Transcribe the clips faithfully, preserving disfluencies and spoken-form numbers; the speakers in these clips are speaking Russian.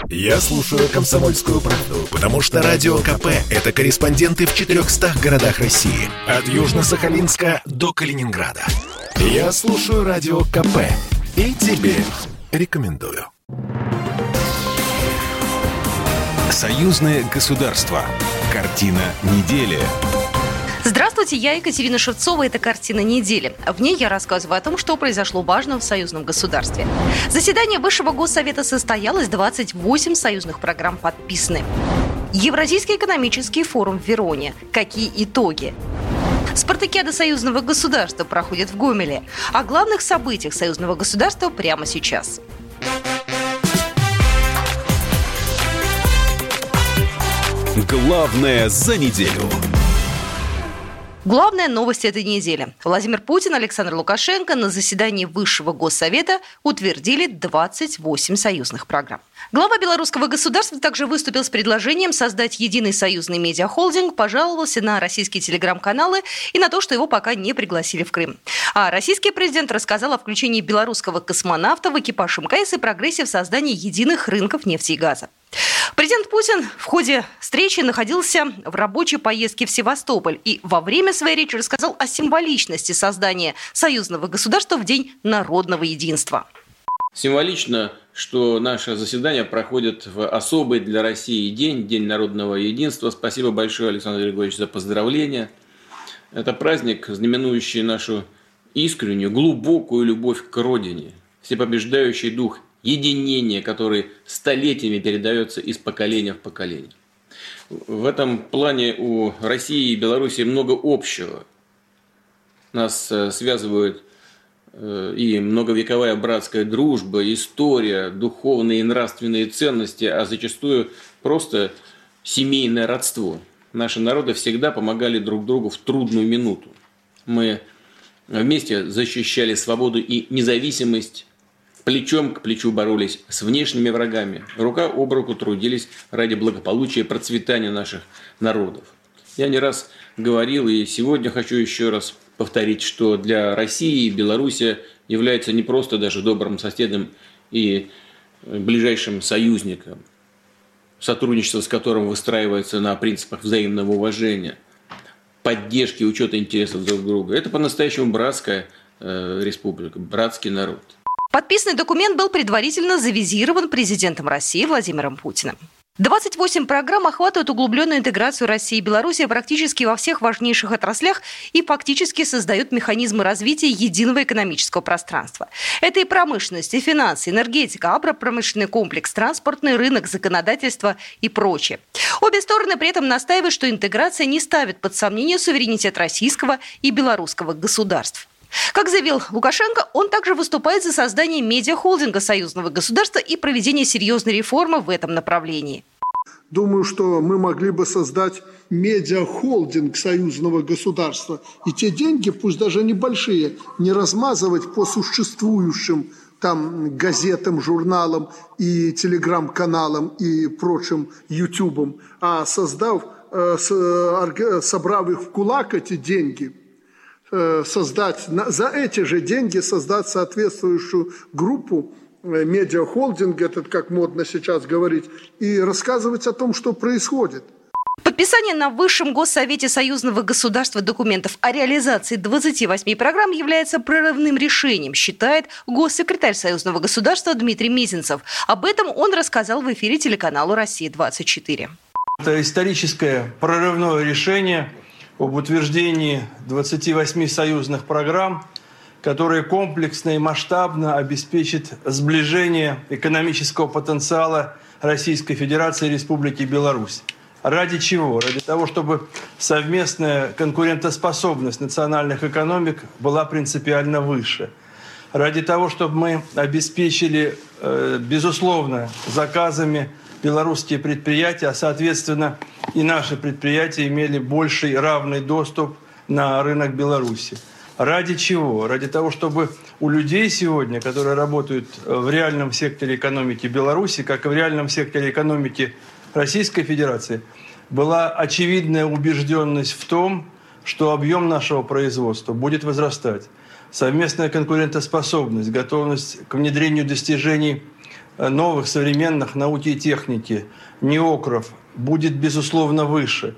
Я слушаю «Комсомольскую правду», потому что Радио КП – это корреспонденты в четырехстах городах России. От Южно-Сахалинска до Калининграда. Я слушаю Радио КП и тебе рекомендую. Союзное государство. Картина недели. Здравствуйте, я Екатерина Шевцова. Это «Картина недели». В ней я рассказываю о том, что произошло важного в союзном государстве. Заседание Высшего Госсовета состоялось, двадцать восемь союзных программ подписаны. Евразийский экономический форум в Вероне. Какие итоги? Спартакиада союзного государства проходит в Гомеле. О главных событиях союзного государства прямо сейчас. Главное за неделю. Главная новость этой недели. Владимир Путин и Александр Лукашенко на заседании Высшего Госсовета утвердили двадцать восемь союзных программ. Глава белорусского государства также выступил с предложением создать единый союзный медиахолдинг, пожаловался на российские телеграм-каналы и на то, что его пока не пригласили в Крым. А российский президент рассказал о включении белорусского космонавта в экипаж МКС и прогрессе в создании единых рынков нефти и газа. Президент Путин в ходе встречи находился в рабочей поездке в Севастополь и во время своей речи рассказал о символичности создания союзного государства в День народного единства. Символично, что наше заседание проходит в особый для России день, День народного единства. Спасибо большое, Александр Григорьевич, за поздравления. Это праздник, знаменующий нашу искреннюю, глубокую любовь к Родине, всепобеждающий дух единения, который столетиями передается из поколения в поколение. В этом плане у России и Беларуси много общего. Нас связывают и многовековая братская дружба, история, духовные и нравственные ценности, а зачастую просто семейное родство. Наши народы всегда помогали друг другу в трудную минуту. Мы вместе защищали свободу и независимость, плечом к плечу боролись с внешними врагами, рука об руку трудились ради благополучия и процветания наших народов. Я не раз говорил и сегодня хочу еще раз повторить, что для России Белоруссия является не просто даже добрым соседом и ближайшим союзником, сотрудничество с которым выстраивается на принципах взаимного уважения, поддержки и учета интересов друг друга. Это по-настоящему братская э, республика, братский народ. Подписанный документ был предварительно завизирован президентом России Владимиром Путиным. двадцать восемь программ охватывают углубленную интеграцию России и Беларуси практически во всех важнейших отраслях и фактически создают механизмы развития единого экономического пространства. Это и промышленность, и финансы, энергетика, агропромышленный комплекс, транспортный рынок, законодательство и прочее. Обе стороны при этом настаивают, что интеграция не ставит под сомнение суверенитет российского и белорусского государств. Как заявил Лукашенко, он также выступает за создание медиахолдинга союзного государства и проведение серьезной реформы в этом направлении. Думаю, что мы могли бы создать медиахолдинг союзного государства. И те деньги, пусть даже небольшие, не размазывать по существующим там газетам, журналам и телеграм-каналам и прочим ютубам, а создав, собрав их в кулак, эти деньги, создать, за эти же деньги создать соответствующую группу, медиахолдинг, этот, как модно сейчас говорить, и рассказывать о том, что происходит. Подписание на Высшем Госсовете союзного государства документов о реализации двадцати восьми программ является прорывным решением, считает госсекретарь союзного государства Дмитрий Мезенцев. Об этом он рассказал в эфире телеканала «Россия двадцать четыре». Это историческое прорывное решение об утверждении двадцати восьми союзных программ, которые комплексно и масштабно обеспечат сближение экономического потенциала Российской Федерации и Республики Беларусь. Ради чего? Ради того, чтобы совместная конкурентоспособность национальных экономик была принципиально выше. Ради того, чтобы мы обеспечили, безусловно, заказами белорусские предприятия, а, соответственно, и наши предприятия имели больший равный доступ на рынок Беларуси. Ради чего? Ради того, чтобы у людей сегодня, которые работают в реальном секторе экономики Беларуси, как и в реальном секторе экономики Российской Федерации, была очевидная убежденность в том, что объем нашего производства будет возрастать. Совместная конкурентоспособность, готовность к внедрению достижений новых современных науки и техники, НИОКРов, будет, безусловно, выше.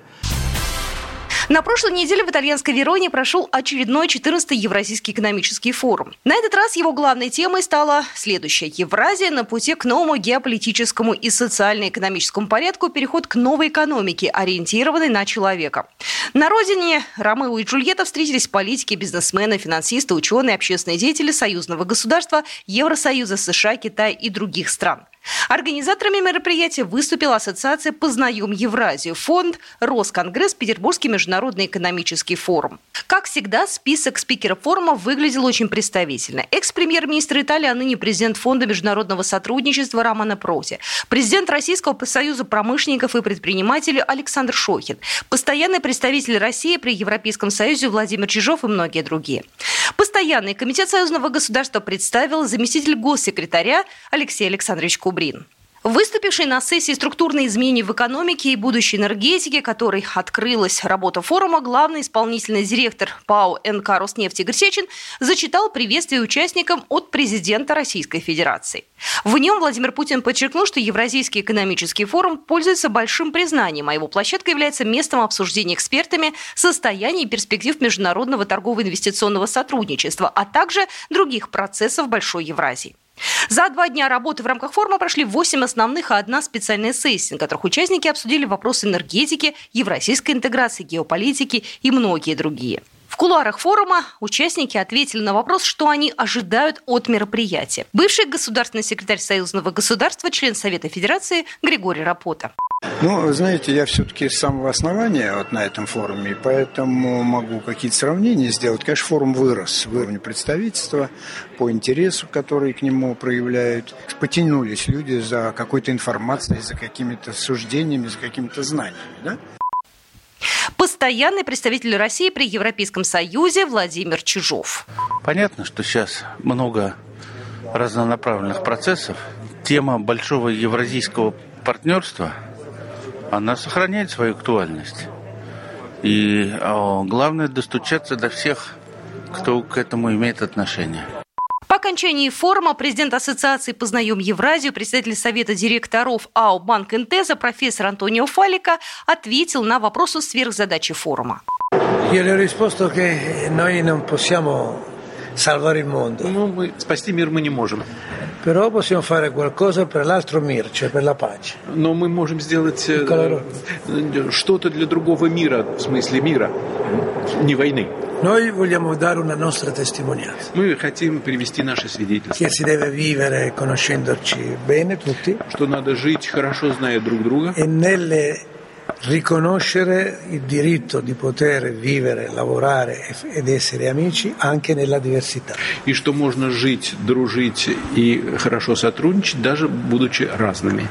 На прошлой неделе в итальянской Вероне прошел очередной четырнадцатый Евразийский экономический форум. На этот раз его главной темой стала следующая: Евразия на пути к новому геополитическому и социально-экономическому порядку, переход к новой экономике, ориентированной на человека. На родине Ромео и Джульетта встретились политики, бизнесмены, финансисты, ученые, общественные деятели союзного государства, Евросоюза, США, Китая и других стран. Организаторами мероприятия выступила ассоциация «Познаем Евразию», фонд «Росконгресс», Петербургский международный экономический форум. Как всегда, список спикеров форума выглядел очень представительно. Экс-премьер-министр Италии, а ныне президент Фонда международного сотрудничества Романо Проти, президент Российского союза промышленников и предпринимателей Александр Шохин, постоянный представитель России при Европейском союзе Владимир Чижов и многие другие. Постоянный комитет союзного государства представил заместитель госсекретаря Алексей Александрович Кубрин. Выступивший на сессии «Структурные изменения в экономике и будущей энергетике», которой открылась работа форума, главный исполнительный директор ПАО эн ка «Роснефть» Игорь Сечин зачитал приветствие участникам от президента Российской Федерации. В нем Владимир Путин подчеркнул, что Евразийский экономический форум пользуется большим признанием, а его площадка является местом обсуждения экспертами состояния и перспектив международного торгово-инвестиционного сотрудничества, а также других процессов Большой Евразии. За два дня работы в рамках форума прошли восемь основных и одна специальная сессия, на которых участники обсудили вопросы энергетики, евразийской интеграции, геополитики и многие другие. В кулуарах форума участники ответили на вопрос, что они ожидают от мероприятия. Бывший государственный секретарь Союзного государства, член Совета Федерации Григорий Рапота. Ну, вы знаете, я все-таки с самого основания вот на этом форуме, поэтому могу какие-то сравнения сделать. Конечно, форум вырос в уровне представительства по интересу, который к нему проявляют. Потянулись люди за какой-то информацией, за какими-то суждениями, за какими-то знаниями, да? Постоянный представитель России при Европейском Союзе Владимир Чижов. Понятно, что сейчас много разнонаправленных процессов. Тема большого евразийского партнерства, она сохраняет свою актуальность. И о, главное достучаться до всех, кто к этому имеет отношение. По окончании форума президент Ассоциации «Познаем Евразию», председатель Совета директоров АО «Банк Интеза» профессор Антонио Фалика ответил на вопросы сверхзадачи форума. Я le ho risposto che noi non possiamo salvare il mondo. Ну, мы спасти мир мы не можем. Però possiamo fare qualcosa per l'altro mir, cioè per la pace. Но мы можем сделать э, что-то для другого мира, в смысле мира, не войны. Noi vogliamo dare una nostra testimonianza. Мы хотим привести наше свидетельство. Che si deve vivere conoscendoci bene tutti. Что надо жить хорошо, зная друг друга. E nelle riconoscere il diritto di poter vivere, lavorare ed essere amici anche nella diversità. И что можно жить, дружить и хорошо сотрудничать, даже будучи разными.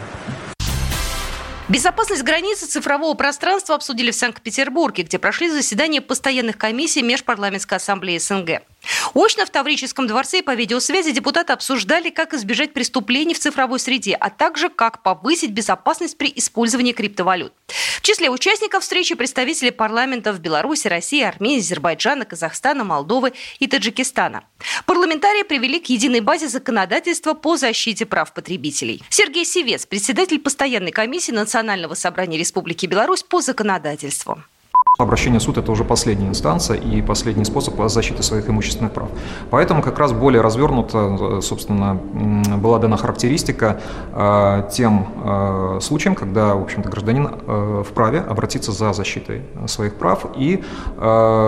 Безопасность границы цифрового пространства обсудили в Санкт-Петербурге, где прошли заседания постоянных комиссий Межпарламентской ассамблеи СНГ. Очно в Таврическом дворце и по видеосвязи депутаты обсуждали, как избежать преступлений в цифровой среде, а также как повысить безопасность при использовании криптовалют. В числе участников встречи представители парламентов Беларуси, России, Армении, Азербайджана, Казахстана, Молдовы и Таджикистана. Парламентарии привели к единой базе законодательства по защите прав потребителей. Сергей Сивец, председатель постоянной комиссии Национального собрания Республики Беларусь по законодательству. Обращение в суд – это уже последняя инстанция и последний способ защиты своих имущественных прав. Поэтому как раз более развернуто, собственно, была дана характеристика э, тем э, случаям, когда, в общем-то, гражданин э, вправе обратиться за защитой своих прав и, э,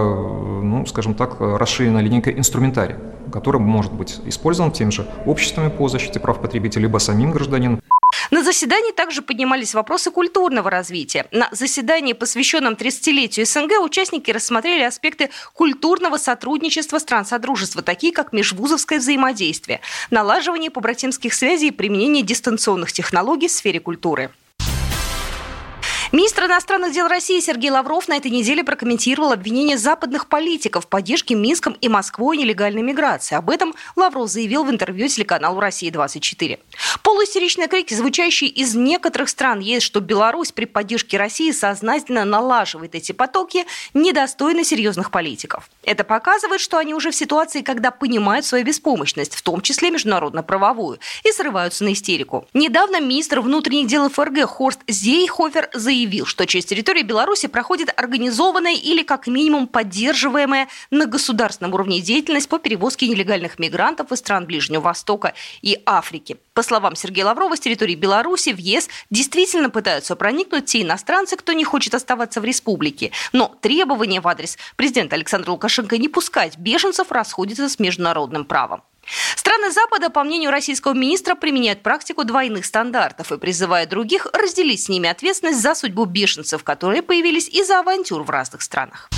ну, скажем так, расширена линейка инструментария, который может быть использован теми же обществами по защите прав потребителей, либо самим гражданином. На заседании также поднимались вопросы культурного развития. На заседании, посвященном тридцатилетию СНГ, участники рассмотрели аспекты культурного сотрудничества стран Содружества, такие как межвузовское взаимодействие, налаживание побратимских связей и применение дистанционных технологий в сфере культуры. Министр иностранных дел России Сергей Лавров на этой неделе прокомментировал обвинения западных политиков в поддержке Минском и Москвой нелегальной миграции. Об этом Лавров заявил в интервью телеканалу «Россия двадцать четыре». Полуистеричные крики, звучащие из некоторых стран ЕС, что Беларусь при поддержке России сознательно налаживает эти потоки, недостойны серьезных политиков. Это показывает, что они уже в ситуации, когда понимают свою беспомощность, в том числе международно-правовую, и срываются на истерику. Недавно министр внутренних дел ФРГ Хорст Зейхофер заявил, что через территорию Беларуси проходит организованная или как минимум поддерживаемая на государственном уровне деятельность по перевозке нелегальных мигрантов из стран Ближнего Востока и Африки. По словам Сергея Лаврова, с территории Беларуси в ЕС действительно пытаются проникнуть те иностранцы, кто не хочет оставаться в республике. Но требования в адрес президента Александра Лукашенко не пускать беженцев расходятся с международным правом. Страны Запада, по мнению российского министра, применяют практику двойных стандартов и призывают других разделить с ними ответственность за судьбу беженцев, которые появились из-за авантюр в разных странах.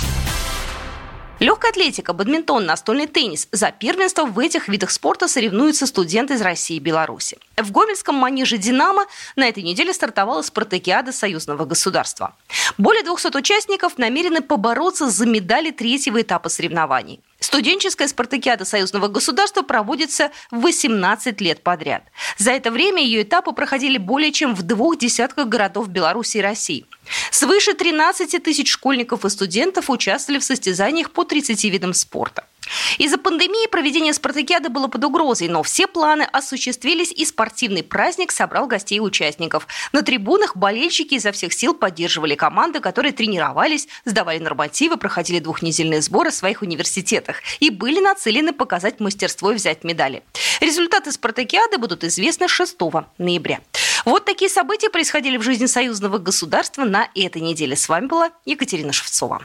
Легкая атлетика, бадминтон, настольный теннис. За первенство в этих видах спорта соревнуются студенты из России и Беларуси. В гомельском манеже «Динамо» на этой неделе стартовала спартакиада союзного государства. Более двухсот участников намерены побороться за медали третьего этапа соревнований. Студенческая спартакиада союзного государства проводится восемнадцать лет подряд. За это время ее этапы проходили более чем в двух десятках городов Беларуси и России. Свыше тринадцати тысяч школьников и студентов участвовали в состязаниях по тридцати видам спорта. Из-за пандемии проведение спартакиады было под угрозой, но все планы осуществились, и спортивный праздник собрал гостей и участников. На трибунах болельщики изо всех сил поддерживали команды, которые тренировались, сдавали нормативы, проходили двухнедельные сборы в своих университетах и были нацелены показать мастерство и взять медали. Результаты спартакиады будут известны шестого ноября. Вот такие события происходили в жизни союзного государства на этой неделе. С вами была Екатерина Шевцова.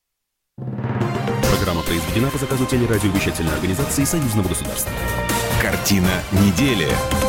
Программа произведена по заказу телерадиовещательной организации Союзного государства. Картина недели.